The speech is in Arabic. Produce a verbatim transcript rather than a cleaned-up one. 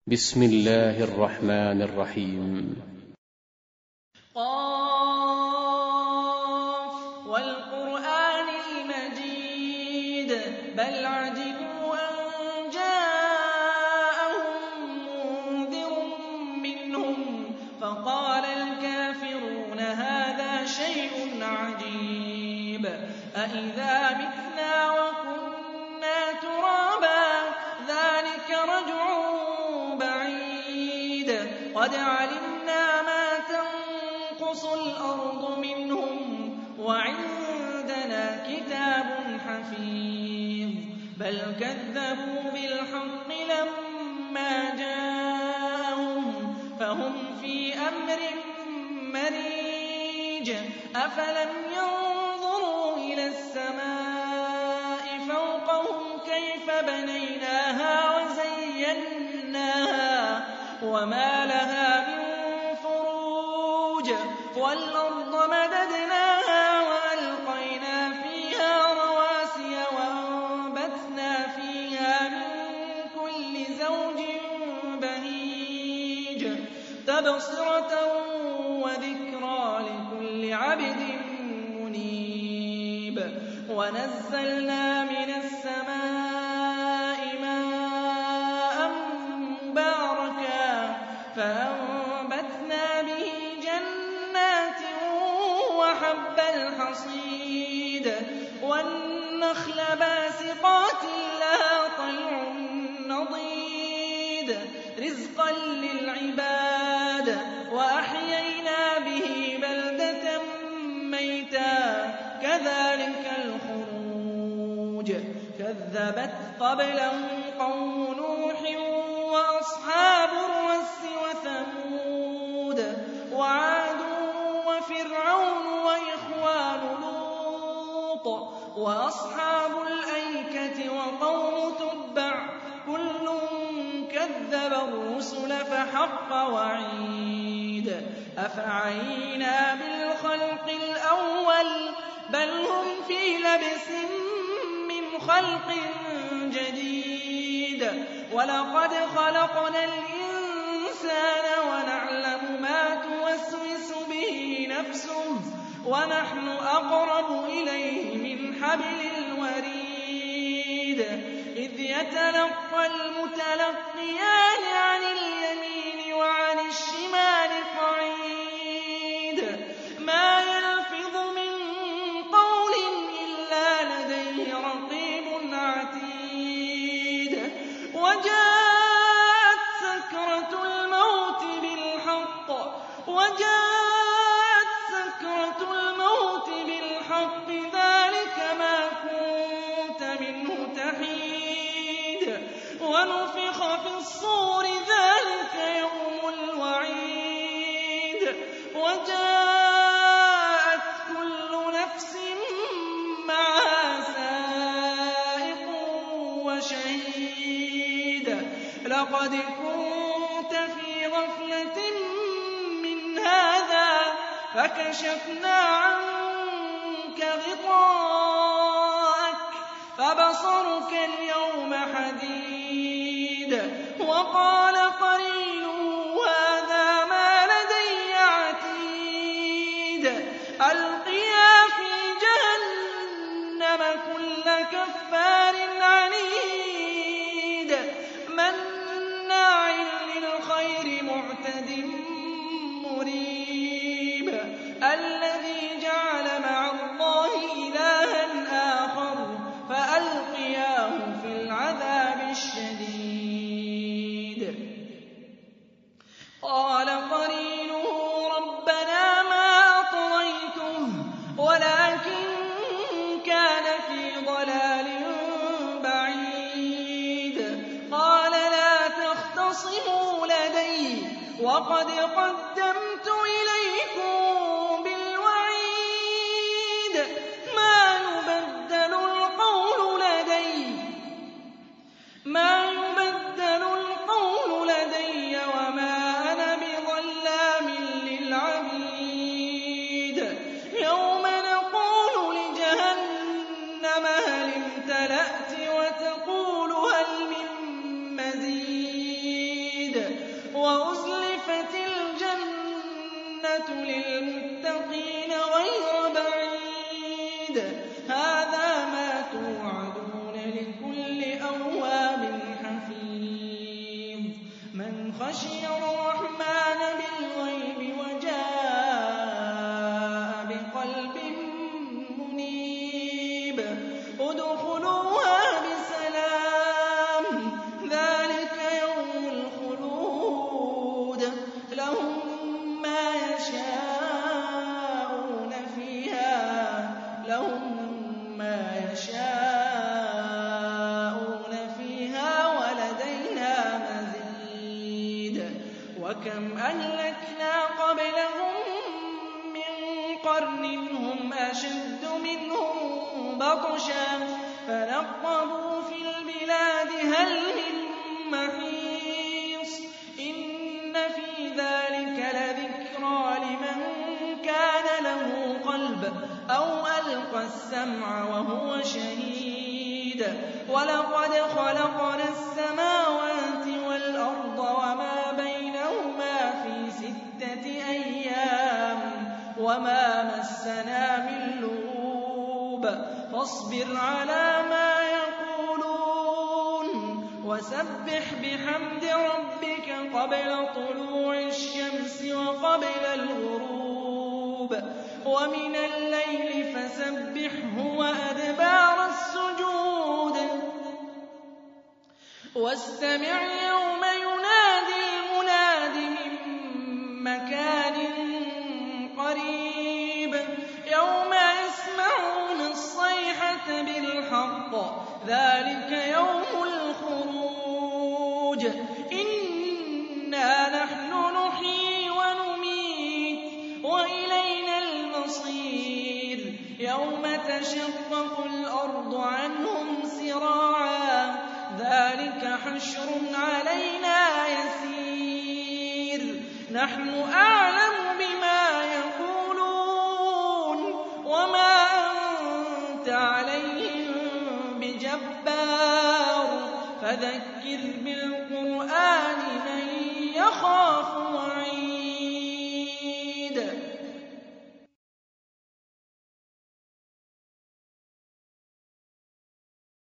بسم الله الرحمن الرحيم. قاف والقرآن المجيد بل عجبوا أن جاءهم منذر منهم فقال الكافرون هذا شيء عجيب أإذا متنا وكنا ترابا ذلك رجع بعيد قد علمنا ما تنقص الأرض منهم وعندنا كتاب حفيظ بل كذبوا بالحق لما جاءهم فهم في أمر مريج أفلم ينظروا إلى السماء فوقهم كيف بنيناها وزيناها وما لها من فروج والأرض مددناها وألقينا فيها رواسي وأنبتنا فيها من كل زوج بهيج تبصرة وذكرى لكل عبد منيب ونزلنا من السماء ماء مباركا فأنبتنا به جنات وحب الحصيد والنخل باسقات لها طلع نضيد رزقا للعباد وأحيينا به بلدة ميتا كذلك الخروج كذبت قبلهم قوم نوح وأصحاب الرس وثمود وعاد وفرعون وإخوان لوط وأصحاب الأيكة وقوم تبع كل كذب الرسل فحق وعيد أفعينا بالخلق الأول بل هم في لبس من خلق جديد ولقد خلقنا الإنسان ونعلم ما توسوس به نفسه ونحن أقرب إليه من حبل الوريد إذ يتلقى المتلقيان عن اليمين وعن الشمال قعيد ما يلفظ من قول إلا لديه رقيب عتيد وجاءت سكرة الموت بالحق وجاءت سكرة الموت بالحق ذلك ما كنت منه تحيد ونفخ في الصور ذلك يوم الوعيد وجاءت كل نفس معها سائق وشهيد لقد كنت في غفلة من هذا فكشفنا عنك غطاءك فبصرك اليوم حديد وقال قرينه هذا ما لدي عتيد ألقيا في جهنم كل كفار عنيد مناع للخير معتد مريب الذي جعل مع الله إلها آخر فألقياه في العذاب الشديد قال قرينه ربنا ما أطغيته ولكن كان في ضلال بعيد قال لا تختصموا لدي وقد قدمت إليكم بالوعيد ما يبدل القول لدي ما يبدل القول لدي وما أنا بظلام للعبيد يوم نقول لجهنم هل امتلأت وتقول هل من مزيد خشي الرحمن بالغيب وجاء بقلب منيب ادخلوها بسلام ذلك يوم الخلود لهم ما يشاءون فيها لهم ما يشاءون فيها ولدينا مزيد وكم أهلكنا قبلهم من قرن هم أشد منهم بطشا فنقبوا في البلاد هل من محيص إن في ذلك لذكرى لمن كان له قلب أو ألقى السمع وهو شهيد ولقد خلقنا السماوات والأرض وما بينهما في ستة أيام وما مسنا من لغوب فاصبر على ما يقولون وسبح بحمد ربك قبل طلوع الشمس وقبل الغروب ومن الليل فسبحه وأدبار السجود واستمع يوم ينادي المناد من مكان قريب يوم يسمعون الصيحة بالحق ذلك يوم الخروج إنا نحن نحيي ونميت وإلينا المصير يوم تشقق الأرض عنهم سراعا ذلك حشر علينا يسير نحن أعلم بما يقولون وما أنت عليهم بجبار فذكر بالقرآن